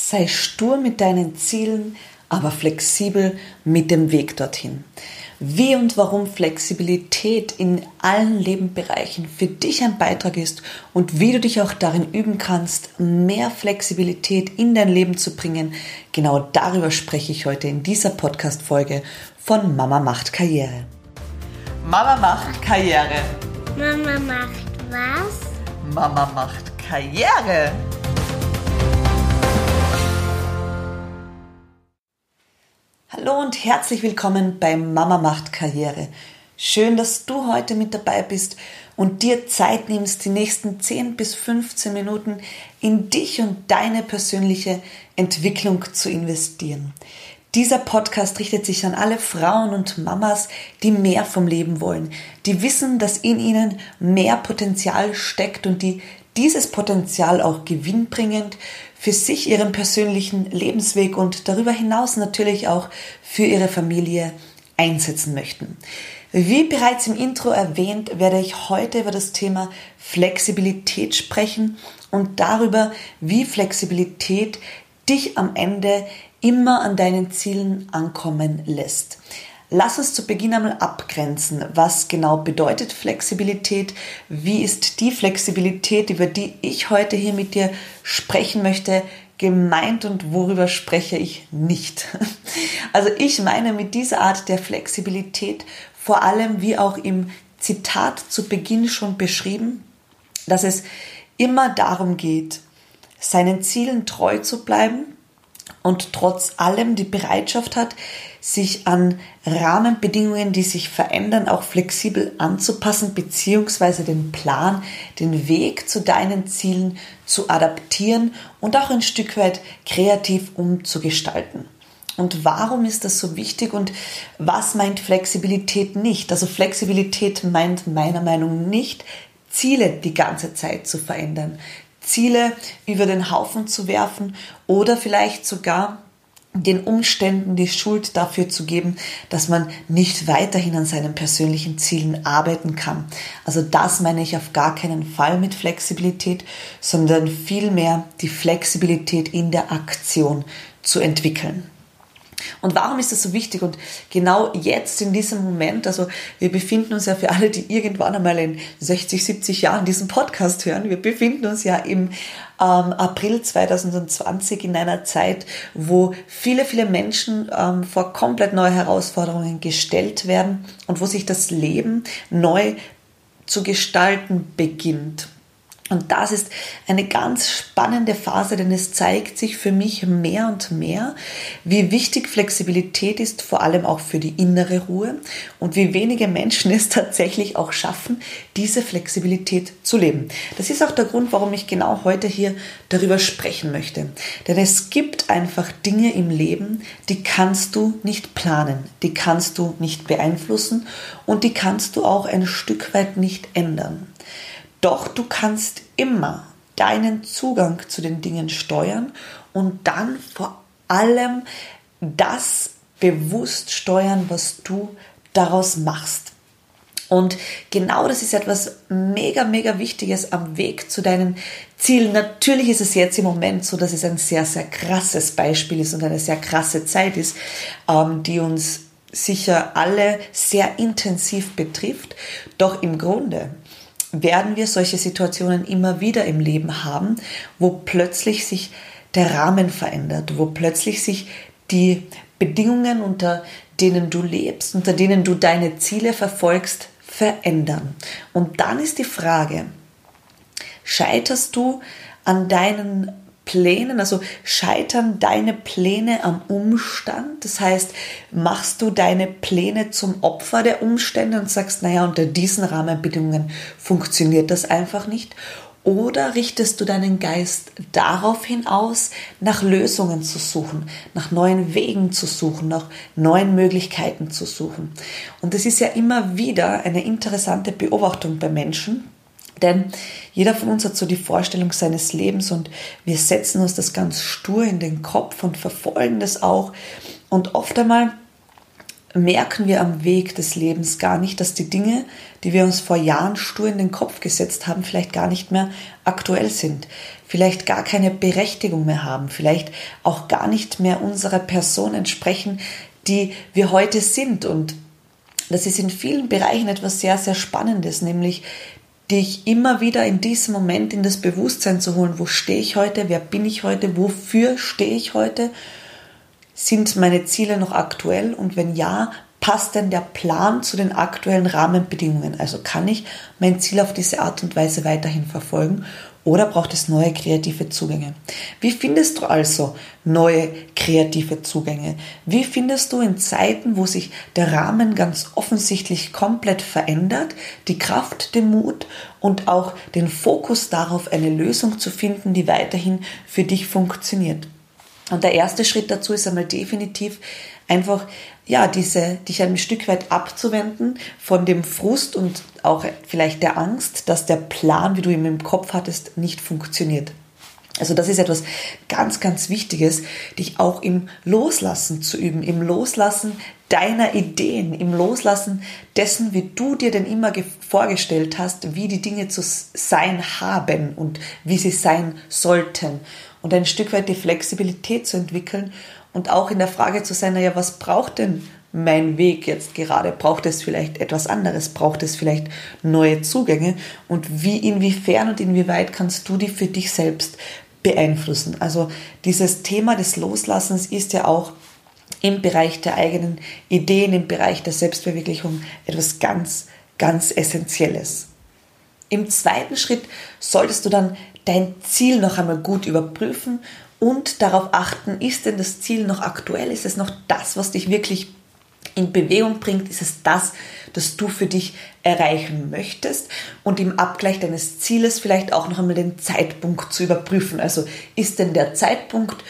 Sei stur mit deinen Zielen, aber flexibel mit dem Weg dorthin. Wie und warum Flexibilität in allen Lebensbereichen für dich ein Beitrag ist und wie du dich auch darin üben kannst, mehr Flexibilität in dein Leben zu bringen, genau darüber spreche ich heute in dieser Podcast-Folge von Mama macht Karriere. Mama macht Karriere. Mama macht was? Mama macht Karriere. Hallo und herzlich willkommen bei Mama macht Karriere. Schön, dass du heute mit dabei bist und dir Zeit nimmst, die nächsten 10 bis 15 Minuten in dich und deine persönliche Entwicklung zu investieren. Dieser Podcast richtet sich an alle Frauen und Mamas, die mehr vom Leben wollen, die wissen, dass in ihnen mehr Potenzial steckt und die dieses Potenzial auch gewinnbringend für sich, ihren persönlichen Lebensweg und darüber hinaus natürlich auch für ihre Familie einsetzen möchten. Wie bereits im Intro erwähnt, werde ich heute über das Thema Flexibilität sprechen und darüber, wie Flexibilität dich am Ende immer an deinen Zielen ankommen lässt. Lass uns zu Beginn einmal abgrenzen, was genau bedeutet Flexibilität, wie ist die Flexibilität, über die ich heute hier mit dir sprechen möchte, gemeint und worüber spreche ich nicht. Also ich meine mit dieser Art der Flexibilität vor allem, wie auch im Zitat zu Beginn schon beschrieben, dass es immer darum geht, seinen Zielen treu zu bleiben und trotz allem die Bereitschaft hat, sich an Rahmenbedingungen, die sich verändern, auch flexibel anzupassen, beziehungsweise den Plan, den Weg zu deinen Zielen zu adaptieren und auch ein Stück weit kreativ umzugestalten. Und warum ist das so wichtig und was meint Flexibilität nicht? Also Flexibilität meint meiner Meinung nach nicht, Ziele die ganze Zeit zu verändern, Ziele über den Haufen zu werfen oder vielleicht sogar den Umständen die Schuld dafür zu geben, dass man nicht weiterhin an seinen persönlichen Zielen arbeiten kann. Also das meine ich auf gar keinen Fall mit Flexibilität, sondern vielmehr die Flexibilität in der Aktion zu entwickeln. Und warum ist das so wichtig? Und genau jetzt in diesem Moment, also wir befinden uns ja für alle, die irgendwann einmal in 60, 70 Jahren diesen Podcast hören, wir befinden uns ja im April 2020 in einer Zeit, wo viele, viele Menschen vor komplett neue Herausforderungen gestellt werden und wo sich das Leben neu zu gestalten beginnt. Und das ist eine ganz spannende Phase, denn es zeigt sich für mich mehr und mehr, wie wichtig Flexibilität ist, vor allem auch für die innere Ruhe und wie wenige Menschen es tatsächlich auch schaffen, diese Flexibilität zu leben. Das ist auch der Grund, warum ich genau heute hier darüber sprechen möchte. Denn es gibt einfach Dinge im Leben, die kannst du nicht planen, die kannst du nicht beeinflussen und die kannst du auch ein Stück weit nicht ändern. Doch du kannst immer deinen Zugang zu den Dingen steuern und dann vor allem das bewusst steuern, was du daraus machst. Und genau das ist etwas mega, mega Wichtiges am Weg zu deinen Zielen. Natürlich ist es jetzt im Moment so, dass es ein sehr, sehr krasses Beispiel ist und eine sehr krasse Zeit ist, die uns sicher alle sehr intensiv betrifft. Doch im Grunde werden wir solche Situationen immer wieder im Leben haben, wo plötzlich sich der Rahmen verändert, wo plötzlich sich die Bedingungen, unter denen du lebst, unter denen du deine Ziele verfolgst, verändern. Und dann ist die Frage, scheiterst du an deinen Plänen, also scheitern deine Pläne am Umstand? Das heißt, machst du deine Pläne zum Opfer der Umstände und sagst, naja, unter diesen Rahmenbedingungen funktioniert das einfach nicht? Oder richtest du deinen Geist darauf hinaus, nach Lösungen zu suchen, nach neuen Wegen zu suchen, nach neuen Möglichkeiten zu suchen? Und es ist ja immer wieder eine interessante Beobachtung bei Menschen, denn jeder von uns hat so die Vorstellung seines Lebens und wir setzen uns das ganz stur in den Kopf und verfolgen das auch. Und oft einmal merken wir am Weg des Lebens gar nicht, dass die Dinge, die wir uns vor Jahren stur in den Kopf gesetzt haben, vielleicht gar nicht mehr aktuell sind, vielleicht gar keine Berechtigung mehr haben, vielleicht auch gar nicht mehr unserer Person entsprechen, die wir heute sind. Und das ist in vielen Bereichen etwas sehr, sehr Spannendes, nämlich dich immer wieder in diesem Moment in das Bewusstsein zu holen, wo stehe ich heute, wer bin ich heute, wofür stehe ich heute, sind meine Ziele noch aktuell und wenn ja, passt denn der Plan zu den aktuellen Rahmenbedingungen? Also kann ich mein Ziel auf diese Art und Weise weiterhin verfolgen oder braucht es neue kreative Zugänge? Wie findest du also neue kreative Zugänge? Wie findest du in Zeiten, wo sich der Rahmen ganz offensichtlich komplett verändert, die Kraft, den Mut und auch den Fokus darauf, eine Lösung zu finden, die weiterhin für dich funktioniert? Und der erste Schritt dazu ist einmal definitiv einfach, dich ein Stück weit abzuwenden von dem Frust und auch vielleicht der Angst, dass der Plan, wie du ihn im Kopf hattest, nicht funktioniert. Also das ist etwas ganz, ganz Wichtiges, dich auch im Loslassen zu üben, im Loslassen deiner Ideen, im Loslassen dessen, wie du dir denn immer vorgestellt hast, wie die Dinge zu sein haben und wie sie sein sollten. Und ein Stück weit die Flexibilität zu entwickeln und auch in der Frage zu sein, was braucht denn mein Weg jetzt gerade? Braucht es vielleicht etwas anderes? Braucht es vielleicht neue Zugänge? Und inwiefern und inwieweit kannst du die für dich selbst beeinflussen? Also dieses Thema des Loslassens ist ja auch im Bereich der eigenen Ideen, im Bereich der Selbstverwirklichung etwas ganz, ganz Essentielles. Im zweiten Schritt solltest du dann dein Ziel noch einmal gut überprüfen und darauf achten, ist denn das Ziel noch aktuell? Ist es noch das, was dich wirklich in Bewegung bringt? Ist es das du für dich erreichen möchtest? Und im Abgleich deines Zieles vielleicht auch noch einmal den Zeitpunkt zu überprüfen. Also ist denn der Zeitpunkt,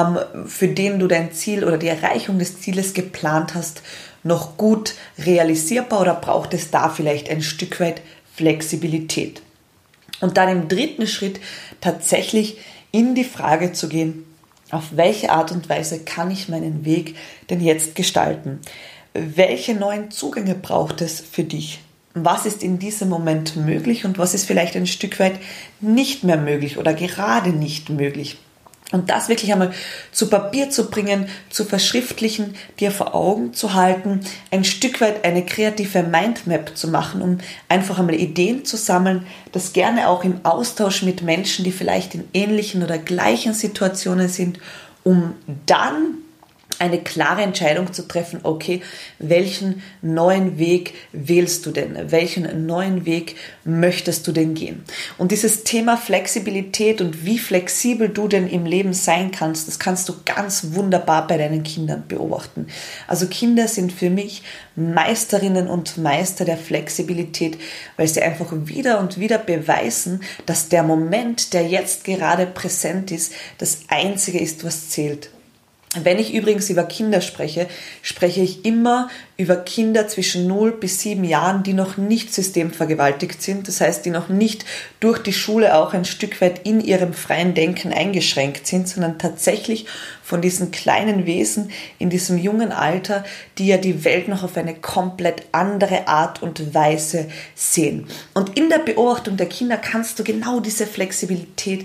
für den du dein Ziel oder die Erreichung des Zieles geplant hast, noch gut realisierbar oder braucht es da vielleicht ein Stück weit Flexibilität? Und dann im dritten Schritt tatsächlich in die Frage zu gehen, auf welche Art und Weise kann ich meinen Weg denn jetzt gestalten? Welche neuen Zugänge braucht es für dich? Was ist in diesem Moment möglich und was ist vielleicht ein Stück weit nicht mehr möglich oder gerade nicht möglich? Und das wirklich einmal zu Papier zu bringen, zu verschriftlichen, dir vor Augen zu halten, ein Stück weit eine kreative Mindmap zu machen, um einfach einmal Ideen zu sammeln, das gerne auch im Austausch mit Menschen, die vielleicht in ähnlichen oder gleichen Situationen sind, um dann eine klare Entscheidung zu treffen, okay, welchen neuen Weg wählst du denn? Welchen neuen Weg möchtest du denn gehen? Und dieses Thema Flexibilität und wie flexibel du denn im Leben sein kannst, das kannst du ganz wunderbar bei deinen Kindern beobachten. Also Kinder sind für mich Meisterinnen und Meister der Flexibilität, weil sie einfach wieder und wieder beweisen, dass der Moment, der jetzt gerade präsent ist, das Einzige ist, was zählt. Wenn ich übrigens über Kinder spreche, spreche ich immer über Kinder zwischen 0 bis 7 Jahren, die noch nicht systemvergewaltigt sind. Das heißt, die noch nicht durch die Schule auch ein Stück weit in ihrem freien Denken eingeschränkt sind, sondern tatsächlich von diesen kleinen Wesen in diesem jungen Alter, die ja die Welt noch auf eine komplett andere Art und Weise sehen. Und in der Beobachtung der Kinder kannst du genau diese Flexibilität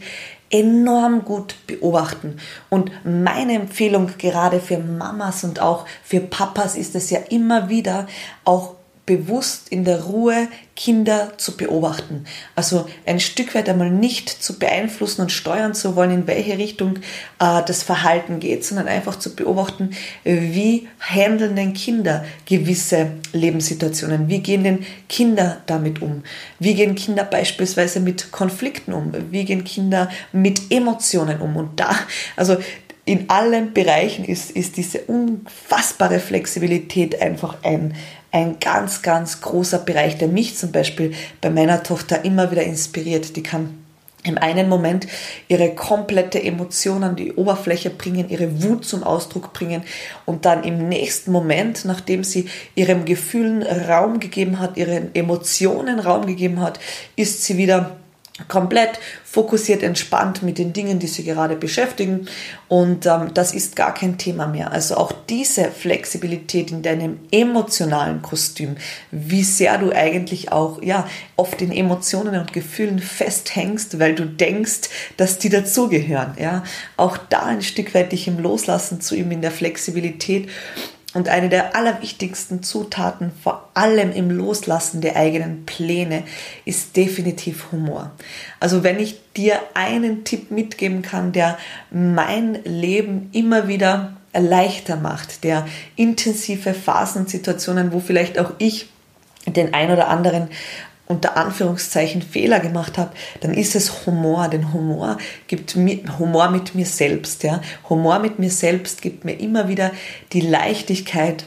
enorm gut beobachten. Und meine Empfehlung gerade für Mamas und auch für Papas ist es ja immer wieder auch bewusst in der Ruhe Kinder zu beobachten. Also ein Stück weit einmal nicht zu beeinflussen und steuern zu wollen, in welche Richtung das Verhalten geht, sondern einfach zu beobachten, wie handeln denn Kinder gewisse Lebenssituationen? Wie gehen denn Kinder damit um? Wie gehen Kinder beispielsweise mit Konflikten um? Wie gehen Kinder mit Emotionen um? Und da, also in allen Bereichen ist diese unfassbare Flexibilität einfach ein ganz, ganz großer Bereich, der mich zum Beispiel bei meiner Tochter immer wieder inspiriert. Die kann im einen Moment ihre komplette Emotion an die Oberfläche bringen, ihre Wut zum Ausdruck bringen und dann im nächsten Moment, nachdem sie ihren Gefühlen Raum gegeben hat, ihren Emotionen Raum gegeben hat, ist sie wieder komplett fokussiert, entspannt mit den Dingen, die sie gerade beschäftigen, und das ist gar kein Thema mehr. Also auch diese Flexibilität in deinem emotionalen Kostüm, wie sehr du eigentlich auch oft in Emotionen und Gefühlen festhängst, weil du denkst, dass die dazugehören. Auch da ein Stück weit dich im Loslassen zu üben, in der Flexibilität. Und eine der allerwichtigsten Zutaten, vor allem im Loslassen der eigenen Pläne, ist definitiv Humor. Also wenn ich dir einen Tipp mitgeben kann, der mein Leben immer wieder leichter macht, der intensive Phasen und Situationen, wo vielleicht auch ich den ein oder anderen unter Anführungszeichen Fehler gemacht habe, dann ist es Humor. Denn Humor gibt mir Humor mit mir selbst. Humor mit mir selbst gibt mir immer wieder die Leichtigkeit,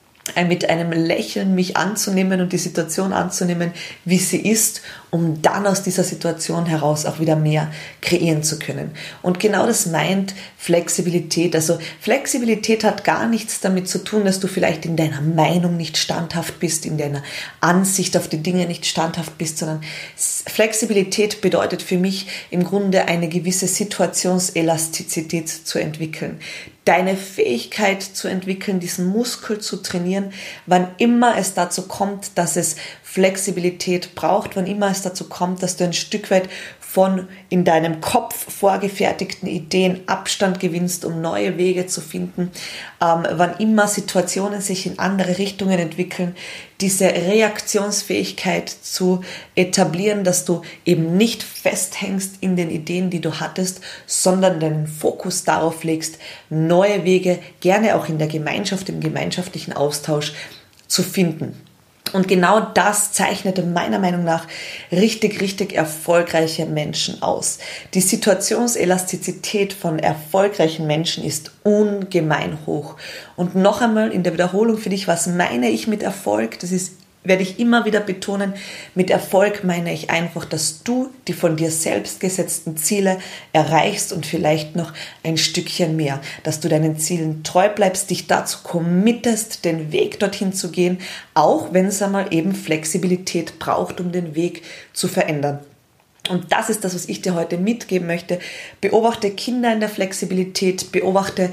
mit einem Lächeln mich anzunehmen und die Situation anzunehmen, wie sie ist, um dann aus dieser Situation heraus auch wieder mehr kreieren zu können. Und genau das meint Flexibilität. Also Flexibilität hat gar nichts damit zu tun, dass du vielleicht in deiner Meinung nicht standhaft bist, in deiner Ansicht auf die Dinge nicht standhaft bist, sondern Flexibilität bedeutet für mich im Grunde eine gewisse Situationselastizität zu entwickeln. Deine Fähigkeit zu entwickeln, diesen Muskel zu trainieren, wann immer es dazu kommt, dass es Flexibilität braucht, wann immer es dazu kommt, dass du ein Stück weit von in deinem Kopf vorgefertigten Ideen Abstand gewinnst, um neue Wege zu finden, wann immer Situationen sich in andere Richtungen entwickeln, diese Reaktionsfähigkeit zu etablieren, dass du eben nicht festhängst in den Ideen, die du hattest, sondern deinen Fokus darauf legst, neue Wege, gerne auch in der Gemeinschaft, im gemeinschaftlichen Austausch zu finden. Und genau das zeichnet meiner Meinung nach richtig erfolgreiche Menschen aus. Die Situationselastizität von erfolgreichen Menschen ist ungemein hoch. Und noch einmal in der Wiederholung für dich, was meine ich mit Erfolg? Werde ich immer wieder betonen, mit Erfolg meine ich einfach, dass du die von dir selbst gesetzten Ziele erreichst und vielleicht noch ein Stückchen mehr, dass du deinen Zielen treu bleibst, dich dazu committest, den Weg dorthin zu gehen, auch wenn es einmal eben Flexibilität braucht, um den Weg zu verändern. Und das ist das, was ich dir heute mitgeben möchte. Beobachte Kinder in der Flexibilität, beobachte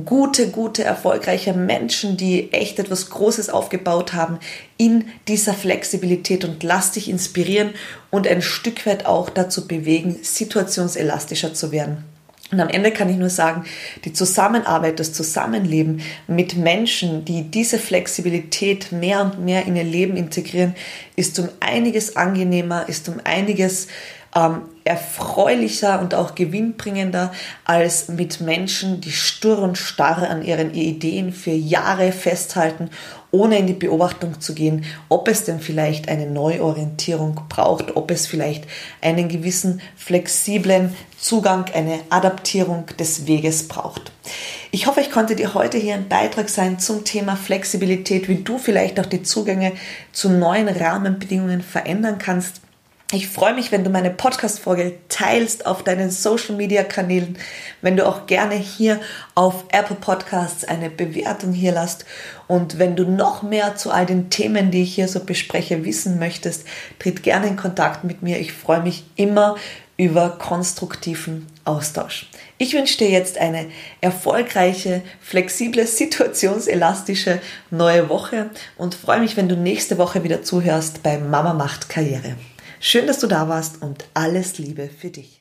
gute, erfolgreiche Menschen, die echt etwas Großes aufgebaut haben in dieser Flexibilität, und lass dich inspirieren und ein Stück weit auch dazu bewegen, situationselastischer zu werden. Und am Ende kann ich nur sagen, die Zusammenarbeit, das Zusammenleben mit Menschen, die diese Flexibilität mehr und mehr in ihr Leben integrieren, ist um einiges angenehmer, ist um einiges erfreulicher und auch gewinnbringender als mit Menschen, die stur und starr an ihren Ideen für Jahre festhalten, ohne in die Beobachtung zu gehen, ob es denn vielleicht eine Neuorientierung braucht, ob es vielleicht einen gewissen flexiblen Zugang, eine Adaptierung des Weges braucht. Ich hoffe, ich konnte dir heute hier ein Beitrag sein zum Thema Flexibilität, wie du vielleicht auch die Zugänge zu neuen Rahmenbedingungen verändern kannst. Ich freue mich, wenn du meine Podcast-Folge teilst auf deinen Social-Media-Kanälen, wenn du auch gerne hier auf Apple Podcasts eine Bewertung hier lässt, und wenn du noch mehr zu all den Themen, die ich hier so bespreche, wissen möchtest, tritt gerne in Kontakt mit mir. Ich freue mich immer über konstruktiven Austausch. Ich wünsche dir jetzt eine erfolgreiche, flexible, situationselastische neue Woche und freue mich, wenn du nächste Woche wieder zuhörst bei Mama macht Karriere. Schön, dass du da warst, und alles Liebe für dich.